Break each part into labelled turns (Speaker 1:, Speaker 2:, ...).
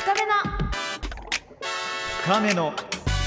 Speaker 1: 深めの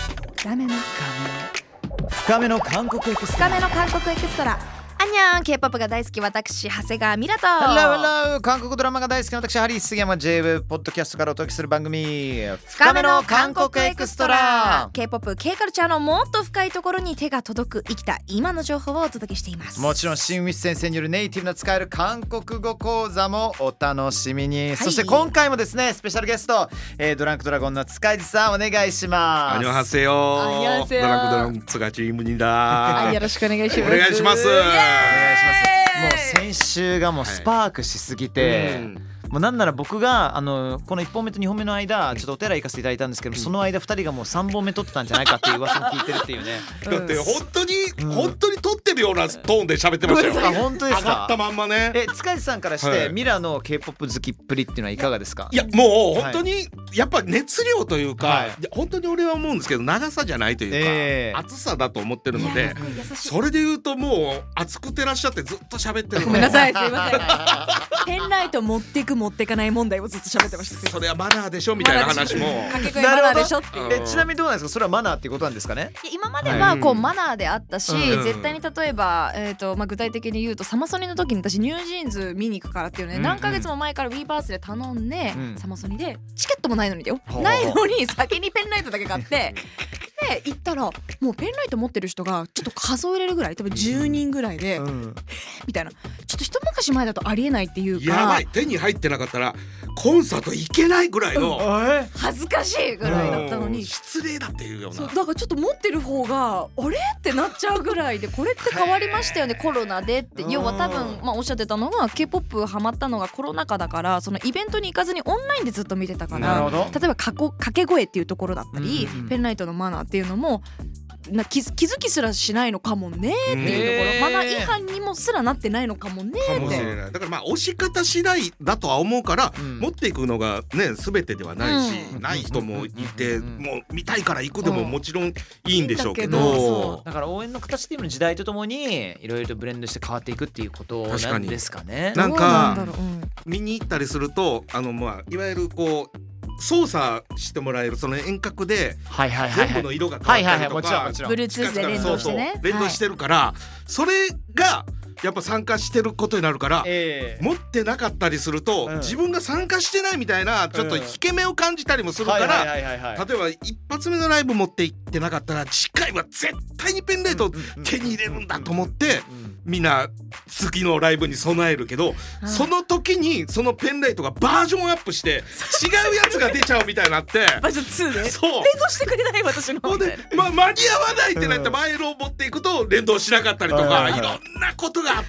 Speaker 1: 韓国エクストラ。
Speaker 2: アンニャン K-POP が大好き私長谷川ミラと
Speaker 1: Hello 韓国ドラマが大好きな私ハリー杉山 J-Web ポッドキャストからお届けする番組深めの韓国エクストラ。
Speaker 2: K-POP、K カルチャーのもっと深いところに手が届く生きた今の情報をお届けしています。
Speaker 1: もちろん新ウィス先生によるネイティブな使える韓国語講座もお楽しみに、そして今回もですねスペシャルゲスト、ドランクドラゴンの塚地さんお願いします。
Speaker 3: 안녕하세요。 ドランクドラゴン塚地입니다。
Speaker 2: よろしくお願いします。
Speaker 3: お願いします。
Speaker 1: もう先週がもうスパークしすぎて、もうなんなら僕がこの1本目と2本目の間ちょっとお寺行かせていただいたんですけど、その間2人がもう3本目撮ってたんじゃないかっていう噂も聞いてるっていうね。
Speaker 3: だって本当に撮ってるようなトーンで喋ってましたよ。
Speaker 1: あ、本当ですか。
Speaker 3: 上がったまんまね。
Speaker 1: 塚地さんからして、ミラの K-POP 好きっぷりっていうのはいかがですか。
Speaker 3: いやもう本当にやっぱ熱量というか、いや本当に俺は思うんですけど長さじゃないというか、熱さだと思ってるので、それで言うともう熱くてらっしゃってずっと喋ってるの。
Speaker 2: ごめんなさい、すいません。ペンライト持ってく持ってかない問題をずっと喋ってました。
Speaker 3: それはマナーでしょみたいな話も
Speaker 2: 掛け声マナーでしょっていう。
Speaker 1: ちなみにどうなんですか、それはマナーっていうことなんですかね。
Speaker 2: 今まではこうマナーであったし、絶対に例えば、具体的に言うとサマソニの時に私ニュージーンズ見に行くからっていうね、何ヶ月も前から WeBirth で頼んで、サマソニでチケットもないのにだよ、ないのに先にペンライトだけ買ってで行ったらもうペンライト持ってる人がちょっと数えれるぐらい、多分10人ぐらいで、みたいな、ちょっと一昔前だとありえないっていうか、
Speaker 3: やばい、手に入ってなかったらコンサート行けないぐらいの、
Speaker 2: 恥ずかしいぐらいだったのに、
Speaker 3: 失礼だっていうような。
Speaker 2: そうだからちょっと持ってる方があれってなっちゃうぐらいで、これって変わりましたよねコロナでって。要は多分、おっしゃってたのが K-POP ハマったのがコロナ禍だから、そのイベントに行かずにオンラインでずっと見てたから、例えば掛け声っていうところだったり、ペンライトのマナーっていうのも気づきすらしないのかもねっていうところ、マナー違反にもすらなってないのかもねって。
Speaker 3: かもしれない。だから押し方次第だとは思うから、持っていくのがね全てではないし、ない人もいて、もう見たいから行くでももちろんいいんでしょうけど、
Speaker 1: だから応援の形っていうの時代とともにいろいろとブレンドして変わっていくっていうことなんですかね。
Speaker 3: なんか見に行ったりするといわゆるこう操作してもらえるその遠隔で全部の色が変わったりとか、
Speaker 2: Bluetooth で連動してね、
Speaker 3: 連動してるから、それがやっぱ参加してることになるから、持ってなかったりすると、自分が参加してないみたいなちょっと引け目を感じたりもするから、例えば一発目のライブ持って行ってなかったら次回は絶対にペンライトを手に入れるんだと思ってみんな次のライブに備えるけど、その時にそのペンライトがバージョンアップして違うやつが出ちゃうみたいになって
Speaker 2: バージョン2で
Speaker 3: そう
Speaker 2: 連動してくれない私の
Speaker 3: で、間に合わないってなって前のを持っていくと連動しなかったりとか、いろんなことがあって、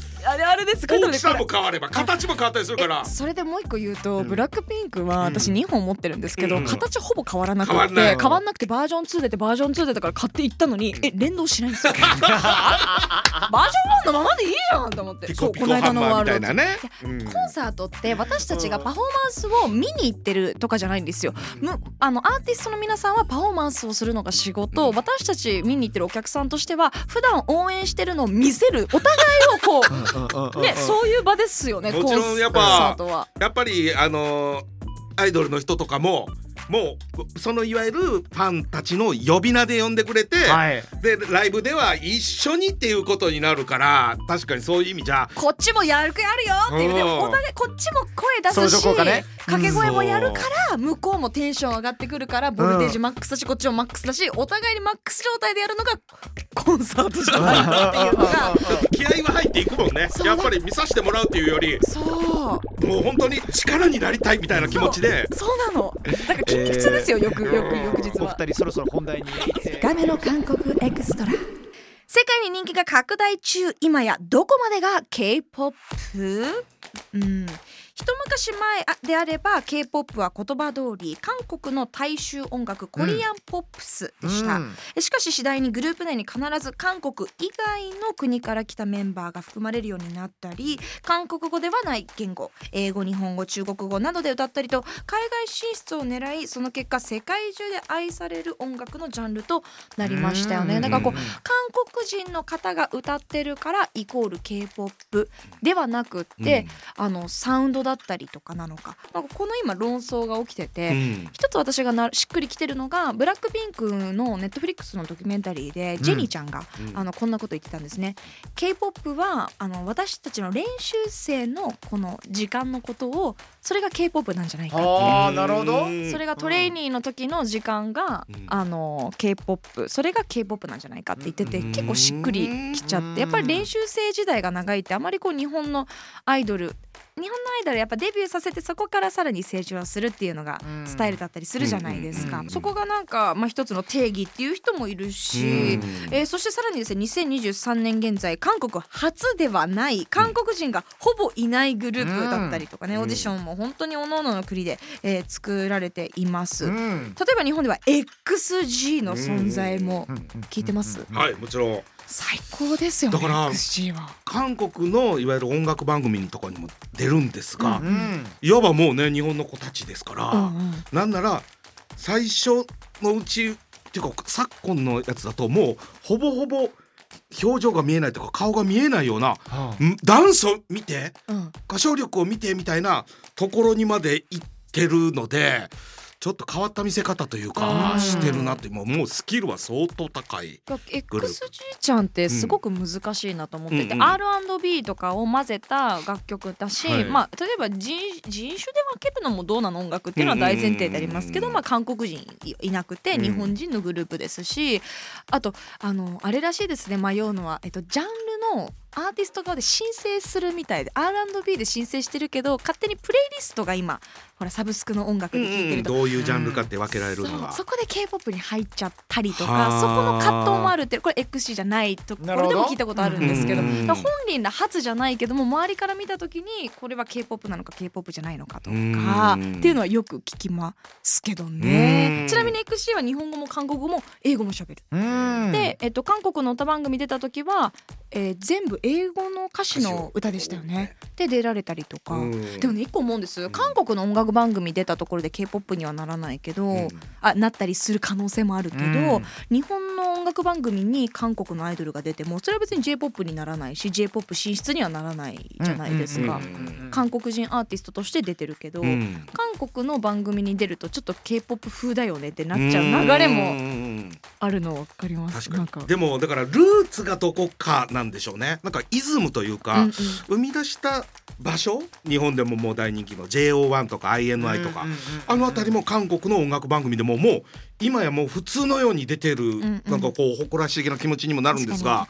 Speaker 2: あれです。
Speaker 3: 大きさも変われば形も変わったりするから。
Speaker 2: それでもう一個言うと、ブラックピンクは私2本持ってるんですけど、形ほぼ変わらなくて、変わんなくてバージョン2出てバージョン2出たから買っていったのに、連動しないんですよ。バージョン1のままでいいじゃんと思って。
Speaker 3: ピコピコハンマーみたいなね。
Speaker 2: コンサートって私たちがパフォーマンスを見に行ってるとかじゃないんですよ。アーティストの皆さんはパフォーマンスをするのが仕事、私たち見に行ってるお客さんとしては普段応援してるのを見せる、お互いをこうね、そういう場ですよね。
Speaker 3: もちろんやっぱりアイドルの人とかもそのいわゆるファンたちの呼び名で呼んでくれて、でライブでは一緒にっていうことになるから、確かにそういう意味じゃ
Speaker 2: こっちもやる気あるよっていうね、お互いこっちも声出すし、掛け声もやるから向こうもテンション上がってくるから、ボルテージマックスだしこっちもマックスだし、お互いにマックス状態でやるのがコンサートじゃないかっていうのが
Speaker 3: 気合は入っていくもんね。やっぱり見させてもらうっていうより、もう本当に力になりたいみたいな気持ちで。
Speaker 2: そうなの。だから筋肉痛ですよ、翌日は。
Speaker 1: お二人そろそろ本題に。
Speaker 2: 深めの韓国エクストラ。世界に人気が拡大中、今やどこまでが K-POP？一昔前であれば K-POP は言葉通り韓国の大衆音楽、コリアンポップスでした、しかし次第にグループ内に必ず韓国以外の国から来たメンバーが含まれるようになったり、韓国語ではない言語、英語、日本語、中国語などで歌ったりと海外進出を狙い、その結果世界中で愛される音楽のジャンルとなりましたよね。だから韓国人の方が歌ってるからイコール K-POP ではなくって、サウンドだったりとかなのか、なんかこの今論争が起きてて、一つ私がしっくりきてるのがブラックピンクのネットフリックスのドキュメンタリーでジェニーちゃんが、こんなこと言ってたんですね。 K-POP は私たちの練習生のこの時間のことを、それが K-POP なんじゃないかっていう。
Speaker 1: あー、なるほど。
Speaker 2: それがトレーニーの時の時間が、K-POP、 それが K-POP なんじゃないかって言ってて、結構しっくりきちゃって、やっぱり練習生時代が長いってあまりこう日本のアイドルやっぱデビューさせてそこからさらに成長するっていうのがスタイルだったりするじゃないですか。そこがなんか、一つの定義っていう人もいるし、そしてさらにですね、2023年現在韓国初ではない韓国人がほぼいないグループだったりとかね、オーディションも本当に各々の国で、作られています。例えば日本では XG の存在も聞いてます？
Speaker 3: はい、もちろん
Speaker 2: 最高ですよね。
Speaker 3: だから
Speaker 2: XG は
Speaker 3: 韓国のいわゆる音楽番組とかにも出るんですが、いわばもうね日本の子たちですから、なんなら最初のうちっていうか昨今のやつだともうほぼほぼ表情が見えないとか顔が見えないような、ダンスを見て、歌唱力を見てみたいなところにまで行ってるので、ちょっと変わった見せ方というかしてるなって、もうスキルは相当高い。
Speaker 2: XG ちゃんってすごく難しいなと思ってて、R&B とかを混ぜた楽曲だし、例えば人種で分けるのもどうなの音楽っていうのは大前提でありますけど、韓国人いなくて日本人のグループですし、あとあれらしいですね、迷うのは、ジャンルのアーティスト側で申請するみたいで R&B で申請してるけど、勝手にプレイリストが今ほらサブスクの音楽で聴いてると、
Speaker 3: どういうジャンルかって分けられるのが、
Speaker 2: そこで K-POP に入っちゃったりとか、そこの葛藤もあるって、これ XC じゃないところでも聞いたことあるんですけど、本人ら初じゃないけども周りから見た時にこれは K-POP なのか K-POP じゃないのかとかっていうのはよく聞きますけどね。ちなみに XC は日本語も韓国語も英語も喋る。で、韓国の歌番組出た時は、全部英語の歌詞の歌でしたよね。で出られたりとか。でもね、一個思うんです。韓国の音楽番組出たところで K-POP にはならないけど、なったりする可能性もあるけど、日本の音楽番組に韓国のアイドルが出てもそれは別に J-POP にならないし J-POP 進出にはならないじゃないですか。韓国人アーティストとして出てるけど、韓国の番組に出るとちょっと K-POP 風だよねってなっちゃう流れもあるの分かります。
Speaker 3: 確かに。でもだからルーツがどこかなんでしょうね。なんかイズムというか、生み出した場所、日本でももう大人気の JO1 とか INI とか、あのあたりも韓国の音楽番組でももう今やもう普通のように出てる、なんかこう誇らしげな気持ちにもなるんですが、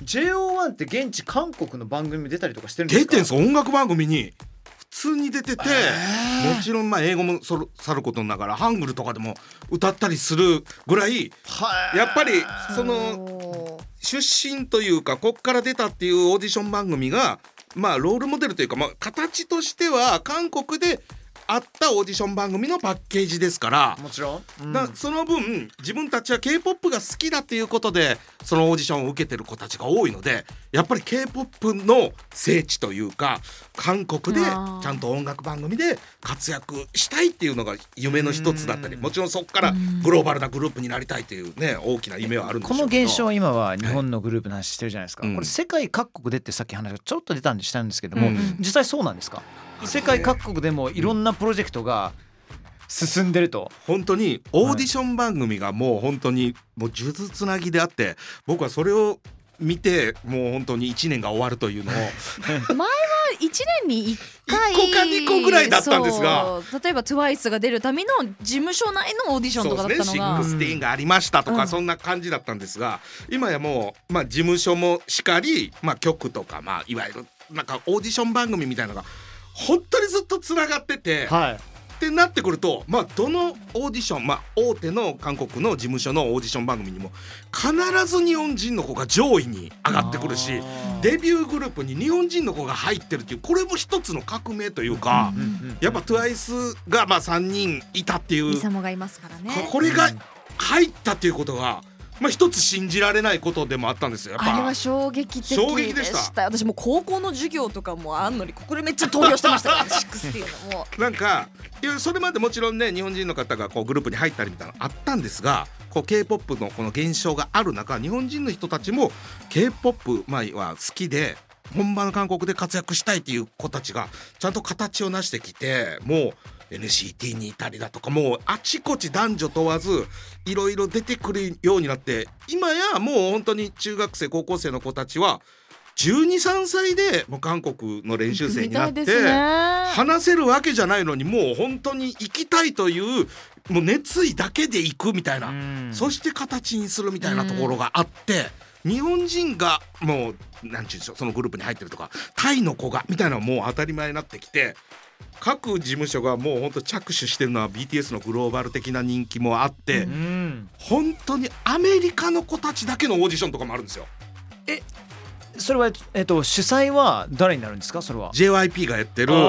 Speaker 1: JO1 って現地韓国の番組に出たりとかしてるんですか？
Speaker 3: 出てんす。音楽番組に普通に出てて、もちろん英語もさることながらハングルとかでも歌ったりするぐらい、やっぱりその出身というかこっから出たっていうオーディション番組がロールモデルというか、形としては韓国であったオーディション番組のパッケージですから、
Speaker 1: もちろん、
Speaker 3: その分自分たちは K-POP が好きだっていうことでそのオーディションを受けてる子たちが多いので、やっぱり K-POP の聖地というか韓国でちゃんと音楽番組で活躍したいっていうのが夢の一つだったり、もちろんそこからグローバルなグループになりたいというね、大きな夢はあるんでしょうけど、
Speaker 1: この現象は今は日本のグループの話してるじゃないですか、これ世界各国でってさっき話がちょっと出たんでしたんですけども、実際そうなんですか？世界各国でもいろんなプロジェクトが進んでると。
Speaker 3: 本当にオーディション番組がもう本当にもう数珠つなぎであって、僕はそれを見てもう本当に1年が終わるというのを
Speaker 2: 前は1年に1回
Speaker 3: 1個か2個ぐらいだったんですが、
Speaker 2: 例えば TWICE が出るための事務所内のオーディションとかだったのが、
Speaker 3: そうですね、16がありましたとか、そんな感じだったんですが、今やもう、事務所もしかり、局とか、いわゆるなんかオーディション番組みたいなのが本当にずっとつながってて、ってなってくると、どのオーディション、大手の韓国の事務所のオーディション番組にも必ず日本人の子が上位に上がってくるし、デビューグループに日本人の子が入ってるっていう、これも一つの革命というか、やっぱ TWICE が3人いたっていう、
Speaker 2: ミサモがいますからね、
Speaker 3: これが入ったっていうことが一つ信じられないことでもあったんですよ。やっぱ
Speaker 2: あれは衝撃的でした。私も高校の授業とかもあんのにこれめっちゃ投票してましたから16の
Speaker 3: なんかそれまでもちろんね、日本人の方がグループに入ったりみたいなのあったんですが、K-POP のこの現象がある中、日本人の人たちも K-POP は好きで本場の韓国で活躍したいっていう子たちがちゃんと形を成してきて、もう NCT にいたりだとか、もうあちこち男女問わずいろいろ出てくるようになって、今やもう本当に中学生高校生の子たちは12、3歳でもう韓国の練習生になって、話せるわけじゃないのにもう本当に行きたいというもう熱意だけで行くみたいな、そして形にするみたいなところがあって、日本人がもうなんちゅうんでしょう、そのグループに入ってるとかタイの子がみたいなのはもう当たり前になってきて、各事務所がもう本当着手してるのは BTS のグローバル的な人気もあって、本当にアメリカの子たちだけのオーディションとかもあるんですよ。
Speaker 1: それは、主催は誰になるんですか？それは
Speaker 3: JYP がやってる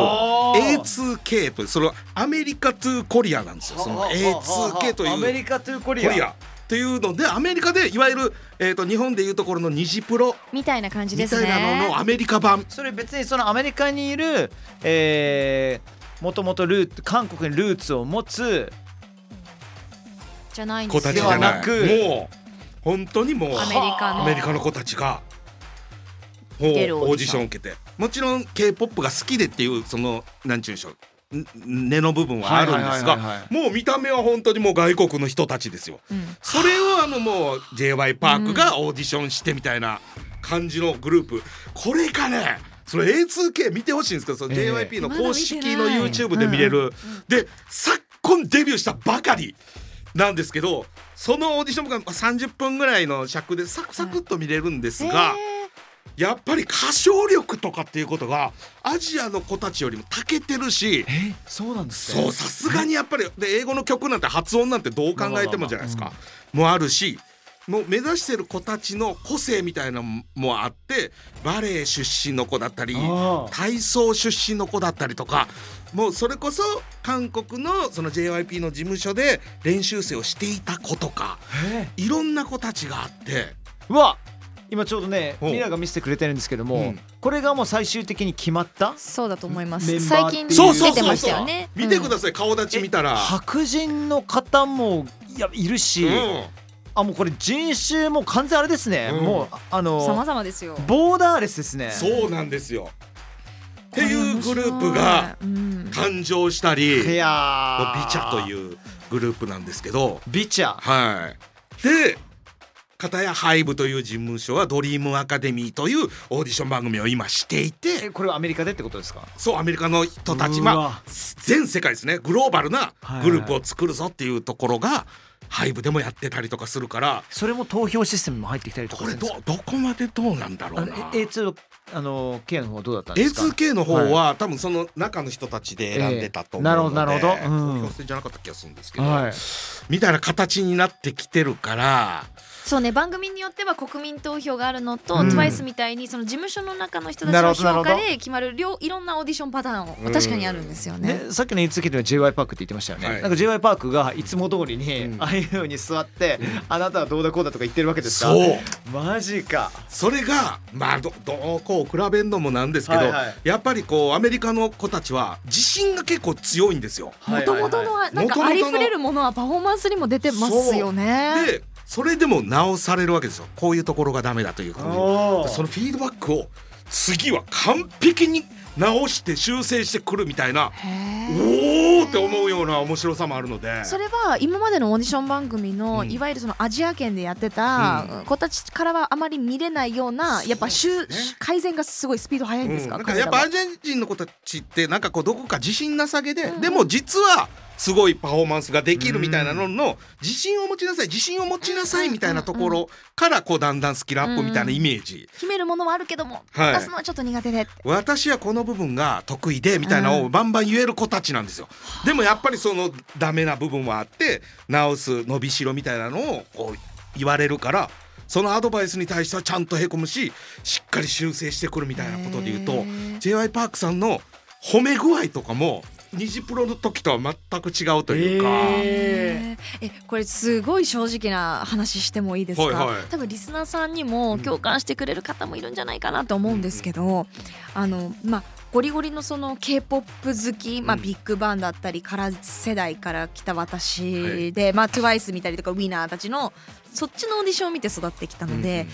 Speaker 3: A2K という、そのアメリカトゥコリアなんですよ。その A2K という
Speaker 1: アメリカトゥコリア
Speaker 3: っていうので、アメリカでいわゆる、日本でいうところのニジプロ
Speaker 2: みたいな感じですね、
Speaker 3: みたいなののアメリカ版。
Speaker 1: それ別にそのアメリカにいるもともと韓国にルーツを持つ
Speaker 2: じゃないんですよ。
Speaker 3: 子たちじゃない、もう本当にもうアメリカの子たちがオーディション受けて、もちろん K-POP が好きでっていうそのなんちゅうんでしょう、根の部分はあるんですが、もう見た目は本当にもう外国の人たちですよ、それをもう J.Y.Park がオーディションしてみたいな感じのグループ、これがね、その A2K 見てほしいんですけど、その JYP の公式の YouTube で見れる、で昨今デビューしたばかりなんですけど、そのオーディションが30分ぐらいの尺でサクサクっと見れるんですが、やっぱり歌唱力とかっていうことがアジアの子たちよりも長けてるし、
Speaker 1: そうなんですね。
Speaker 3: そう、さすがにやっぱりで英語の曲なんて発音なんてどう考えてもじゃないですか、もあるし、もう目指してる子たちの個性みたいなのもあって、バレエ出身の子だったり体操出身の子だったりとか、もうそれこそ韓国のその JYP の事務所で練習生をしていた子とか、いろんな子たちがあって、
Speaker 1: うわ、今ちょうどねミラが見せてくれてるんですけども、これがもう最終的に決まった？
Speaker 2: そうだと思います。
Speaker 1: メンバー
Speaker 2: 最近出てましたよね。
Speaker 3: 見てください、顔立ち見たら
Speaker 1: 白人の方もいるし、もうこれ人種も完全あれですね、もう
Speaker 2: 様々ですよ、
Speaker 1: ボーダーレスですね。
Speaker 3: そうなんですよっていうグループが誕生したり、ビチャというグループなんですけど、
Speaker 1: ビチャ、
Speaker 3: で片やハイブという事務所はドリームアカデミーというオーディション番組を今していて、
Speaker 1: これはアメリカでってことですか？
Speaker 3: そう、アメリカの人たち、全世界ですね、グローバルなグループを作るぞっていうところがハイブでもやってたりとかするから、
Speaker 1: それも投票システムも入ってきたりとかするんですか？
Speaker 3: これ どこまでどうなんだろうな。
Speaker 1: A2K の方はどうだったんですか？
Speaker 3: A2K の方は、多分その中の人たちで選んでたと思うので、なるほど、投票制じゃなかった気がするんですけど、みたいな形になってきてるから。
Speaker 2: そうね、番組によっては国民投票があるのと、TWICE みたいにその事務所の中の人たちの評価で決まるいろんなオーディションパターンを確かにあるんですよね。
Speaker 1: さっきの A2K では J.Y.Park って言ってましたよね、なんか J.Y.Park がいつも通りにああいう風に座って、あなたはどうだこうだとか言ってるわけですか？そう、マジか。
Speaker 3: それがどこを比べるのもなんですけど、やっぱりこうアメリカの子たちは自信が結構強いんですよ。
Speaker 2: もともとのなんかありふれるものはパフォーマンスにも出てますよね。
Speaker 3: でそれでも直されるわけですよ。こういうところがダメだというか、そのフィードバックを次は完璧に直して修正してくるみたいな、おーって思うような面白さもあるので、
Speaker 2: それは今までのオーディション番組の、いわゆるそのアジア圏でやってた子たちからはあまり見れないような、やっぱ改善がすごいスピード速いんですか？
Speaker 3: なんかやっぱアジア人の子たちってなんかこうどこか自信なさげで、でも実はすごいパフォーマンスができるみたいなのの自信を持ちなさい、自信を持ちなさいみたいなところからこうだんだんスキルアップみたいなイメージ、
Speaker 2: 決めるものはあるけども出すのはちょっと苦手で、
Speaker 3: 私はこの部分が得意でみたいなのをバンバン言える子たちなんですよ。でもやっぱりそのダメな部分はあって、直す伸びしろみたいなのをこう言われるから、そのアドバイスに対してはちゃんとへこむし、しっかり修正してくるみたいなことで言うと、 J.Y.Park さんの褒め具合とかもニジプロの時とは全く違うというか、
Speaker 2: これすごい正直な話してもいいですか？多分リスナーさんにも共感してくれる方もいるんじゃないかなと思うんですけど、ゴリゴリのその K-POP 好き、ビッグバンだったりから世代から来た私で、TWICE 見たりとかウィナーたちのそっちのオーディションを見て育ってきたので、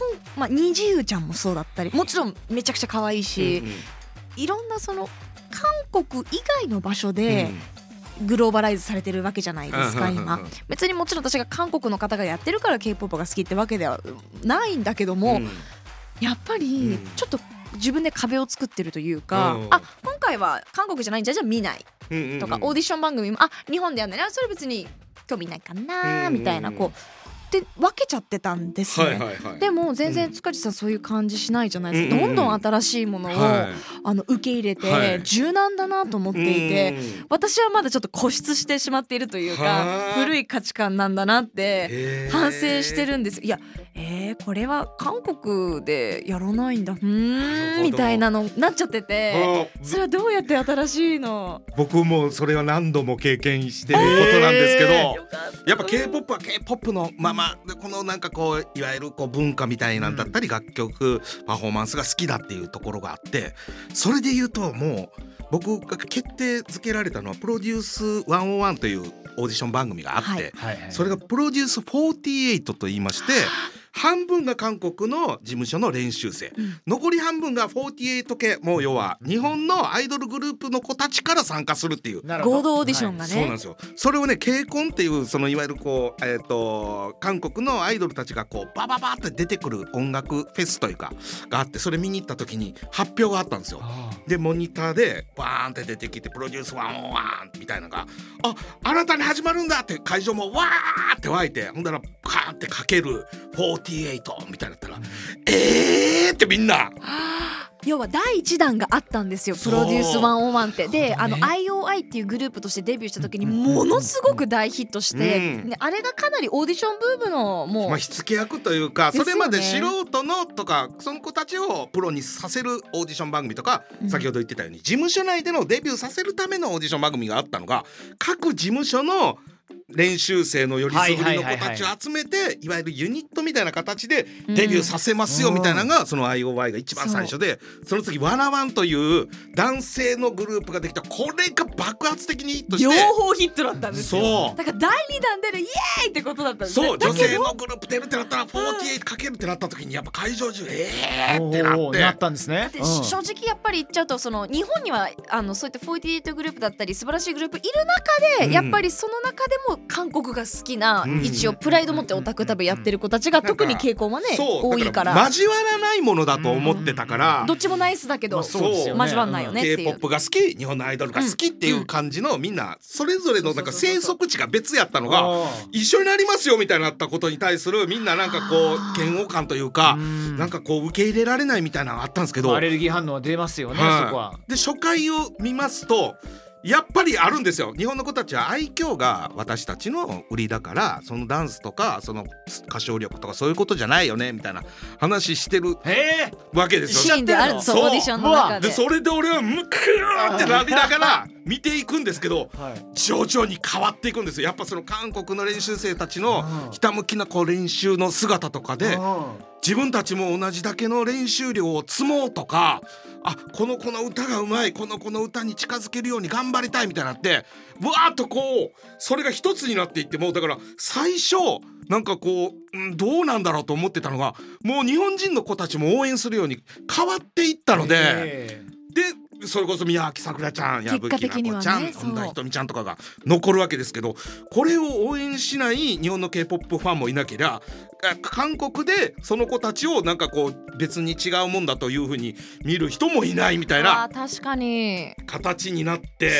Speaker 2: ニジユーちゃんもそうだったり、もちろんめちゃくちゃ可愛いし、いろんなその韓国以外の場所でグローバライズされてるわけじゃないですか今。別にもちろん私が韓国の方がやってるから K-POP が好きってわけではないんだけども、やっぱりちょっと自分で壁を作ってるというか、今回は韓国じゃないんじゃ見ないとか、オーディション番組も日本でやんないな、それ別に興味ないかなみたいなで分けちゃってたんですね。でも全然塚地さんそういう感じしないじゃないですか。どんどん新しいものを受け入れて柔軟だなと思っていて、私はまだちょっと固執してしまっているというか、古い価値観なんだなって反省してるんです。いやこれは韓国でやらないんだみたいなのなっちゃってて、それはどうやって新しいの。
Speaker 3: 僕もそれは何度も経験してることなんですけど、やっぱ K-POP は K-POP のままで、このなんかこういわゆるこう文化みたいなんだったり、楽曲パフォーマンスが好きだっていうところがあって、それで言うともう僕が決定づけられたのはプロデュース101というオーディション番組があって、それがプロデュース48と言いまして、半分が韓国の事務所の練習生、残り半分が48系、もう要は日本のアイドルグループの子たちから参加するっていう
Speaker 2: 合同オーディションがね、
Speaker 3: そうなんですよ。それをね K-CON っていうそのいわゆるこう、韓国のアイドルたちがこうバババって出てくる音楽フェスというかがあって、それ見に行った時に発表があったんですよ。でモニターでバーンって出てきて、プロデュース101みたいなのが新たに始まるんだって会場もわーって湧いて、ほんだらカーンってかける48みたいなったらってみんな
Speaker 2: 要は第1弾があったんですよ、プロデュース101って。でIOI っていうグループとしてデビューした時にものすごく大ヒットして、あれがかなりオーディションブームのもう
Speaker 3: 火付け役というか、それまで素人のとかその子たちをプロにさせるオーディション番組とか、先ほど言ってたように事務所内でのデビューさせるためのオーディション番組があったのが、各事務所の練習生のよりすぐりの子たちを集めて、いわゆるユニットみたいな形でデビューさせますよみたいなのが、その IOI が一番最初で、その次ワナワンという男性のグループができた。これが爆発的にヒットして、
Speaker 2: 両方ヒットだったんですよ。だから第2弾出るイエーイってことだったんですね。
Speaker 3: そう、女性のグループ出るってなったら48かけるってなった時に、やっぱ会場中ってな
Speaker 1: ったんですね。
Speaker 2: 正直やっぱり言っちゃうと、その日本にはそういった48グループだったり素晴らしいグループいる中で、やっぱりその中でも韓国が好きな、一応プライド持ってオタクタブやってる子たちが特に傾向はね多いから、
Speaker 3: 交わらないものだと思ってたから、
Speaker 2: どっちもナイスだけど交わんないよねっていう、
Speaker 3: K-POP が好き、日本のアイドルが好きっていう感じの、みんなそれぞれのなんか生息地が別やったのが一緒になりますよみたいになったことに対するみんななんかこう嫌悪感というか、なんかこう受け入れられないみたいなのがあったんですけど、
Speaker 1: アレルギー反応は出ますよね、そこは。
Speaker 3: で初回を見ますとやっぱりあるんですよ。日本の子たちは愛嬌が私たちの売りだから、そのダンスとかその歌唱力とかそういうことじゃないよねみたいな話してるわけですよ。
Speaker 2: シーンであるんです、オーディションの中で。
Speaker 3: でそれで俺はムクーってなりながら見ていくんですけど、徐々に変わっていくんですよ。やっぱその韓国の練習生たちのひたむきなこう練習の姿とかで、自分たちも同じだけの練習量を積もうとか、この子の歌がうまい、この子の歌に近づけるように頑張りたいみたいになって、わーっとこうそれが一つになっていって、もうだから最初なんかこう、どうなんだろうと思ってたのが、もう日本人の子たちも応援するように変わっていったので、それこそ宮脇さくらちゃん、矢吹奈子ちゃん、本田仁美ちゃんとかが残るわけですけど、これを応援しない日本の K-POP ファンもいなけりゃ、韓国でその子たちをなんかこう別に違うもんだという風に見る人もいないみたいな
Speaker 2: 確かに
Speaker 3: 形になって、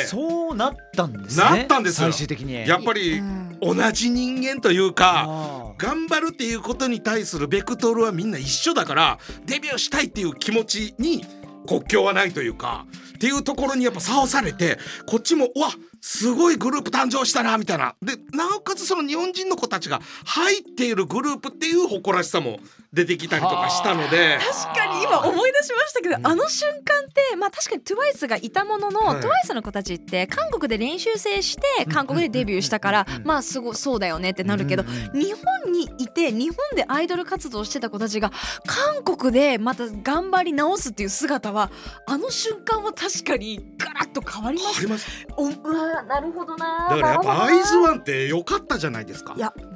Speaker 1: そうなったんですね。
Speaker 3: なったんですよ、
Speaker 1: 最終的に。
Speaker 3: やっぱり同じ人間というか、頑張るっていうことに対するベクトルはみんな一緒だから、デビューしたいっていう気持ちに国境はないというかっていうところにやっぱ差をされて、こっちもすごいグループ誕生したなみたいな。でなおかつその日本人の子たちが入っているグループっていう誇らしさも出てきたりとかしたので、
Speaker 2: 確かに今思い出しましたけど、あの瞬間って確かに TWICE がいたものの、TWICE の子たちって韓国で練習生して韓国でデビューしたから、すごいそうだよねってなるけど、日本にいて日本でアイドル活動してた子たちが韓国でまた頑張り直すっていう姿は、あの瞬間は確かにガラッと変わりました。なるほどな。
Speaker 3: だからやっぱアイズワンって良かったじゃないですか。
Speaker 2: いや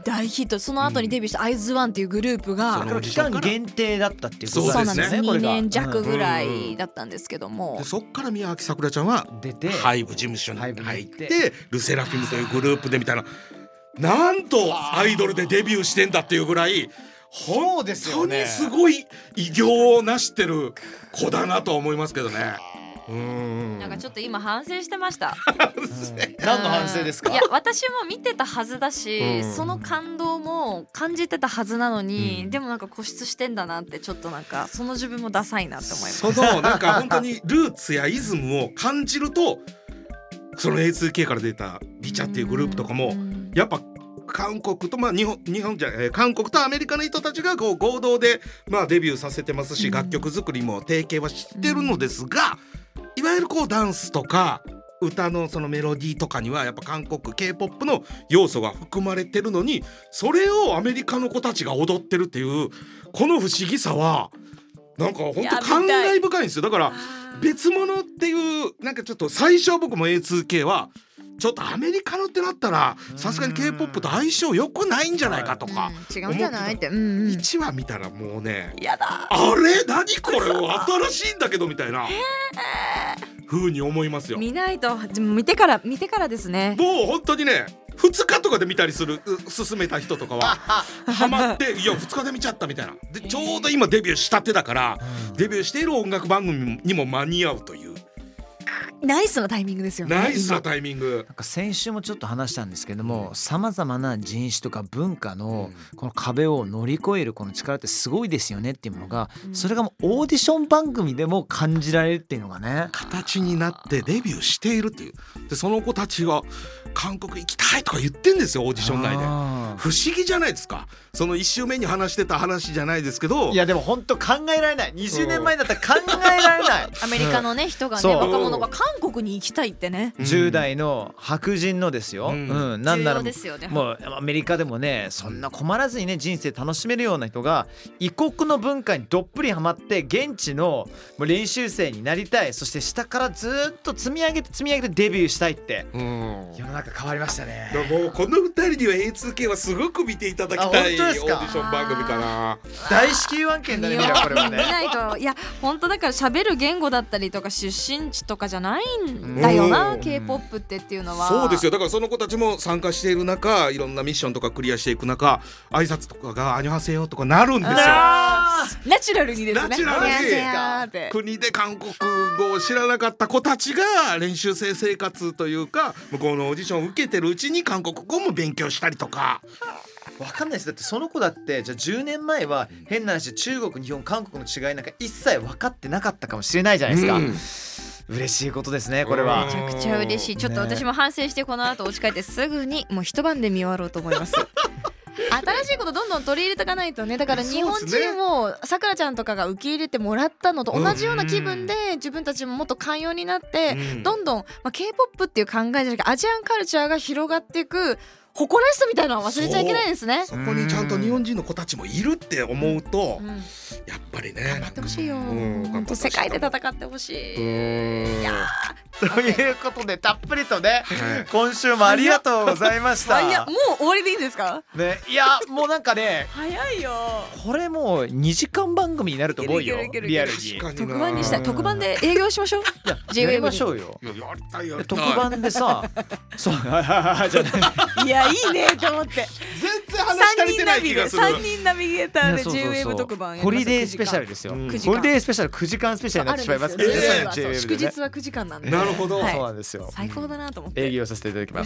Speaker 2: 大ヒット。その後にデビューしたアイズワンっていうグループが、
Speaker 1: 期間限定だったっていうこと
Speaker 2: そうなんですね。2年
Speaker 1: 弱
Speaker 2: 弱ぐらいだったんですけども、
Speaker 3: でそっから宮脇さくらちゃんは
Speaker 1: 出て
Speaker 3: ハイブ事務所に入ってルセラフィムというグループでみたいな、なんとアイドルでデビューしてんだっていうぐらい本当にすごい偉業を成してる子だなと思いますけどね。
Speaker 2: なんかちょっと今反省してました
Speaker 1: 何の反省ですか？
Speaker 2: いや私も見てたはずだし、その感動も感じてたはずなのに、でもなんか固執してんだなって、ちょっとなんかその自分もダサいなって思います。
Speaker 3: そのなんか本当にルーツやイズムを感じると、その A2K から出たリチャっていうグループとかもやっぱ韓国と韓国とアメリカの人たちがこう合同でデビューさせてますし、楽曲作りも提携はしてるのですが、いわゆるこうダンスとか歌のそのメロディーとかにはやっぱ韓国 K-POP の要素が含まれてるのに、それをアメリカの子たちが踊ってるっていうこの不思議さはなんか本当感慨深いんですよ。だから別物っていう、なんかちょっと最初僕も A2K はちょっとアメリカのってなったらさすがに K-POP と相性良くないんじゃないかとか、
Speaker 2: 違うんじゃないって、
Speaker 3: 1話見たらもうね、
Speaker 2: やだ
Speaker 3: あれ何これ新しいんだけどみたいな風に思いますよ。
Speaker 2: 見ないと、見てからですね。
Speaker 3: もう本当にね2日とかで見たりする勧めた人とかはハマっていや2日で見ちゃったみたいな。でちょうど今デビューしたてだから、デビューしている音楽番組にも間に合うという
Speaker 2: ナイスなタイミングですよね。
Speaker 3: ナイスなタイミング。
Speaker 1: なんか先週もちょっと話したんですけども、さまざまな人種とか文化のこの壁を乗り越えるこの力ってすごいですよねっていうものが、それがもうオーディション番組でも感じられるっていうのがね、
Speaker 3: 形になってデビューしているっていう。でその子たちが韓国行きたいとか言ってんですよ、オーディション内で。不思議じゃないですか。その1週目に話してた話じゃないですけど、
Speaker 1: いやでも本当考えられない。20年前だったら考えられない
Speaker 2: アメリカのね、人がね、若者が韓国に行きたいってね、
Speaker 1: 10代の白人のですよ、なんならもうアメリカでもね、そんな困らずにね人生楽しめるような人が異国の文化にどっぷりハマって現地のもう練習生になりたい、そして下からずっと積み上げてデビューしたいって、世の中変わりましたね。
Speaker 3: もうこの2人には A2K はすごい見ていただきたいオーディション番組かな。
Speaker 1: 大至急案件だね、これはね。
Speaker 2: 見ないと。いや本当だから喋る言語だったりとか出身地とかじゃないんだよな、K-POP ってっていうのは。
Speaker 3: そうですよ。だからその子たちも参加している中、いろんなミッションとかクリアしていく中、挨拶とかがアニョハセヨとかなるんですよ。
Speaker 2: ナチュラルにですね。
Speaker 3: ナチュラルに国で韓国語を知らなかった子たちが練習生生活というか向こうのオーディションを受けてるうちに韓国語も勉強したりとか。
Speaker 1: わかんないです。だってその子だってじゃあ10年前は変な話、中国、日本、韓国の違いなんか一切分かってなかったかもしれないじゃないですか。嬉しいことですね、これは。
Speaker 2: めちゃくちゃ嬉しい。ちょっと私も反省してこの後お家帰ってすぐにもう一晩で見終わろうと思います。新しいことどんどん取り入れていかないとね。だから日本人もさくらちゃんとかが受け入れてもらったのと同じような気分で自分たちももっと寛容になって、どんどん、K-POP っていう考えじゃなくてアジアンカルチャーが広がっていく誇らしさみたいなのは忘れちゃいけないですね。
Speaker 3: そこにちゃんと日本人の子たちもいるって思うと、やっぱりね
Speaker 2: 頑張ってほしいよ。本当世界で戦ってほしい。いや
Speaker 1: ということでたっぷりとね、今週もありがとうございました。
Speaker 2: いやもう終わりでいいんですか
Speaker 1: ね。いやもうなんかね
Speaker 2: 早いよ。
Speaker 1: これもう2時間番組になると思うよ。リアルに
Speaker 2: 特番にしたい。特番で営業しましょう。
Speaker 1: やりましょうよ。
Speaker 3: やりたいよ。
Speaker 1: 特番でさそうじゃない。
Speaker 2: いやいいねと思って。
Speaker 3: 全然話足りてない気がする。
Speaker 2: 3人ナビゲーターで J-WAVE 特番やります。
Speaker 1: ホリデースペシャルですよ。ホリデースペシャル9時間スペシャルになってしまいますからね。
Speaker 2: 祝日は9時間なんで。
Speaker 3: なるほど。
Speaker 1: そうなんですよ。
Speaker 2: 最高だなと思って
Speaker 1: 営業させていただきます。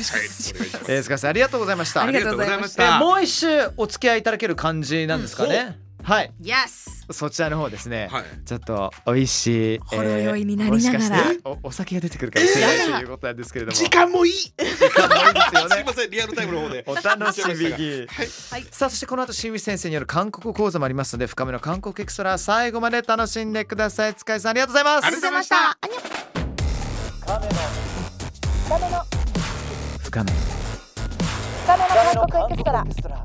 Speaker 1: スカさんありがとうございました。
Speaker 2: ありがとうございました。
Speaker 1: もう一周お付き合いいただける感じなんですかね。はい。
Speaker 2: Yes。
Speaker 1: そちらの方ですね。ちょっと美味しい
Speaker 2: ほろ酔いになりながら
Speaker 1: お酒が出てくるかもしれないということなんですけれども。
Speaker 3: 時間もいい。時
Speaker 1: 間もいいですよね。
Speaker 3: すいませんリアルタイムの方で。
Speaker 1: お楽しみに。さあそしてこの後新内先生による韓国講座もありますので、深めの韓国エクストラ最後まで楽しんでください。塚井さんありがとうございます。
Speaker 3: ありがとうございました。
Speaker 1: 深めの
Speaker 2: 韓国エクストラ。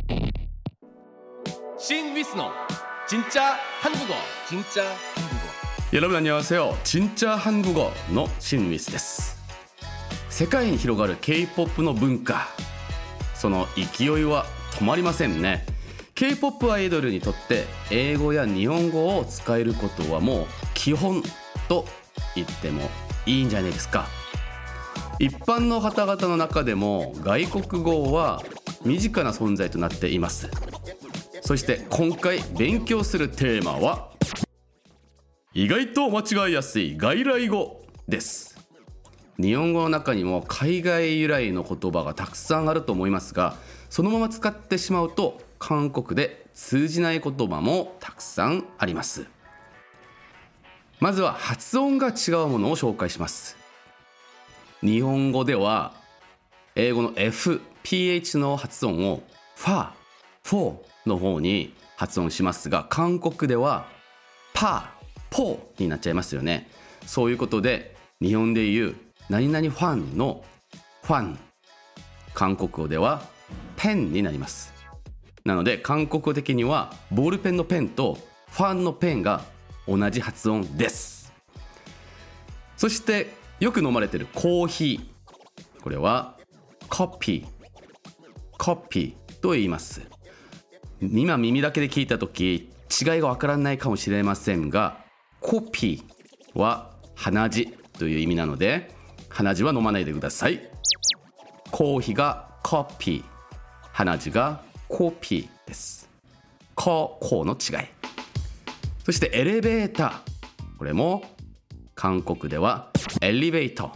Speaker 4: 신위스노 진짜 한국어 진짜 한국어 여러분 안녕하세요. 진짜 한국어의 신위스 です。世界に広がる K-POP の文化、その勢いは止まりませんね。 K-POP アイドルにとって英語や日本語を使えることはもう基本と言ってもいいんじゃないですか。一般の方々の中でも外国語は身近な存在となっています。そして今回勉強するテーマは意外と間違いやすい外来語です。日本語の中にも海外由来の言葉がたくさんあると思いますが、そのまま使ってしまうと韓国で通じない言葉もたくさんあります。まずは発音が違うものを紹介します。日本語では英語の F、PH の発音をファ、フォーの方に発音しますが、韓国ではパー、ポーになっちゃいますよね。そういうことで日本でいう何々ファンのファン、韓国語ではペンになります。なので韓国語的にはボールペンのペンとファンのペンが同じ発音です。そしてよく飲まれているコーヒー、これはコピーと言います。今耳だけで聞いたとき違いがわからないかもしれませんが、コピーは鼻血という意味なので鼻血は飲まないでください。コーヒーがコピー、鼻血がコピーです。コの違い。そしてエレベーター、これも韓国ではエリベート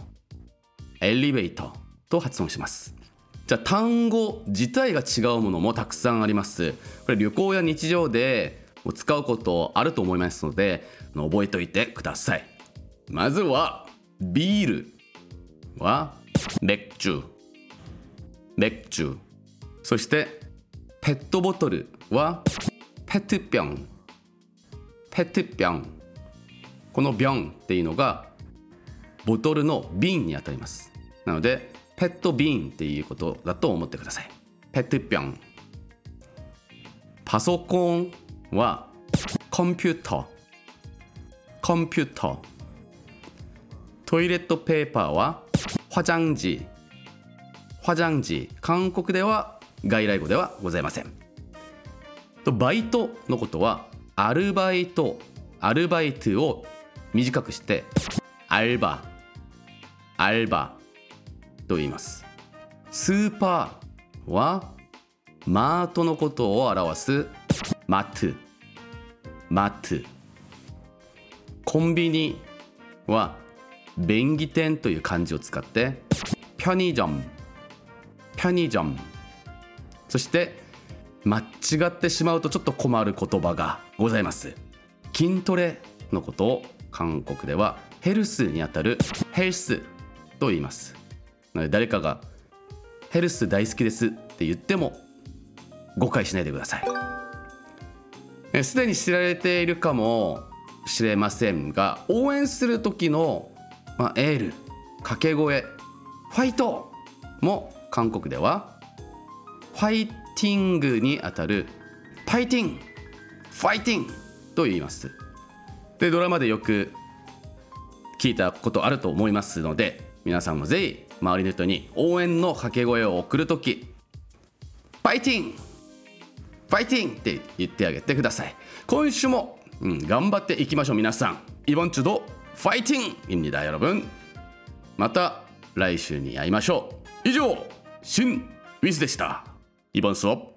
Speaker 4: と発音します。じゃあ単語自体が違うものもたくさんあります。これ旅行や日常で使うことあると思いますので覚えておいてください。まずはビールは맥주、そしてペットボトルは페트병。この병っていうのがボトルの瓶にあたります。なのでペット瓶っていうことだと思ってください。페트병。パソコンは컴퓨터。トイレットペーパーは화장지。韓国では外来語ではございません。バイトのことはアルバイトを短くしてアルバと言います。スーパーはマートのことを表すマト。コンビニは便宜店という漢字を使って편의점。そして間違ってしまうとちょっと困る言葉がございます。筋トレのことを韓国ではヘルスにあたるヘルスと言います。なので誰かがヘルス大好きですって言っても誤解しないでください。すでに知られているかもしれませんが、応援する時の、エール、掛け声、ファイトも韓国ではファイティングにあたるファイティングと言います。でドラマでよく聞いたことあると思いますので、皆さんもぜひ周りの人に応援の掛け声を送るときファイティングって言ってあげてください。今週も、頑張っていきましょう。皆さん이번 주도 파이팅입니다 여러분。また来週に会いましょう。以上、シン・ウィスでした。이번 수업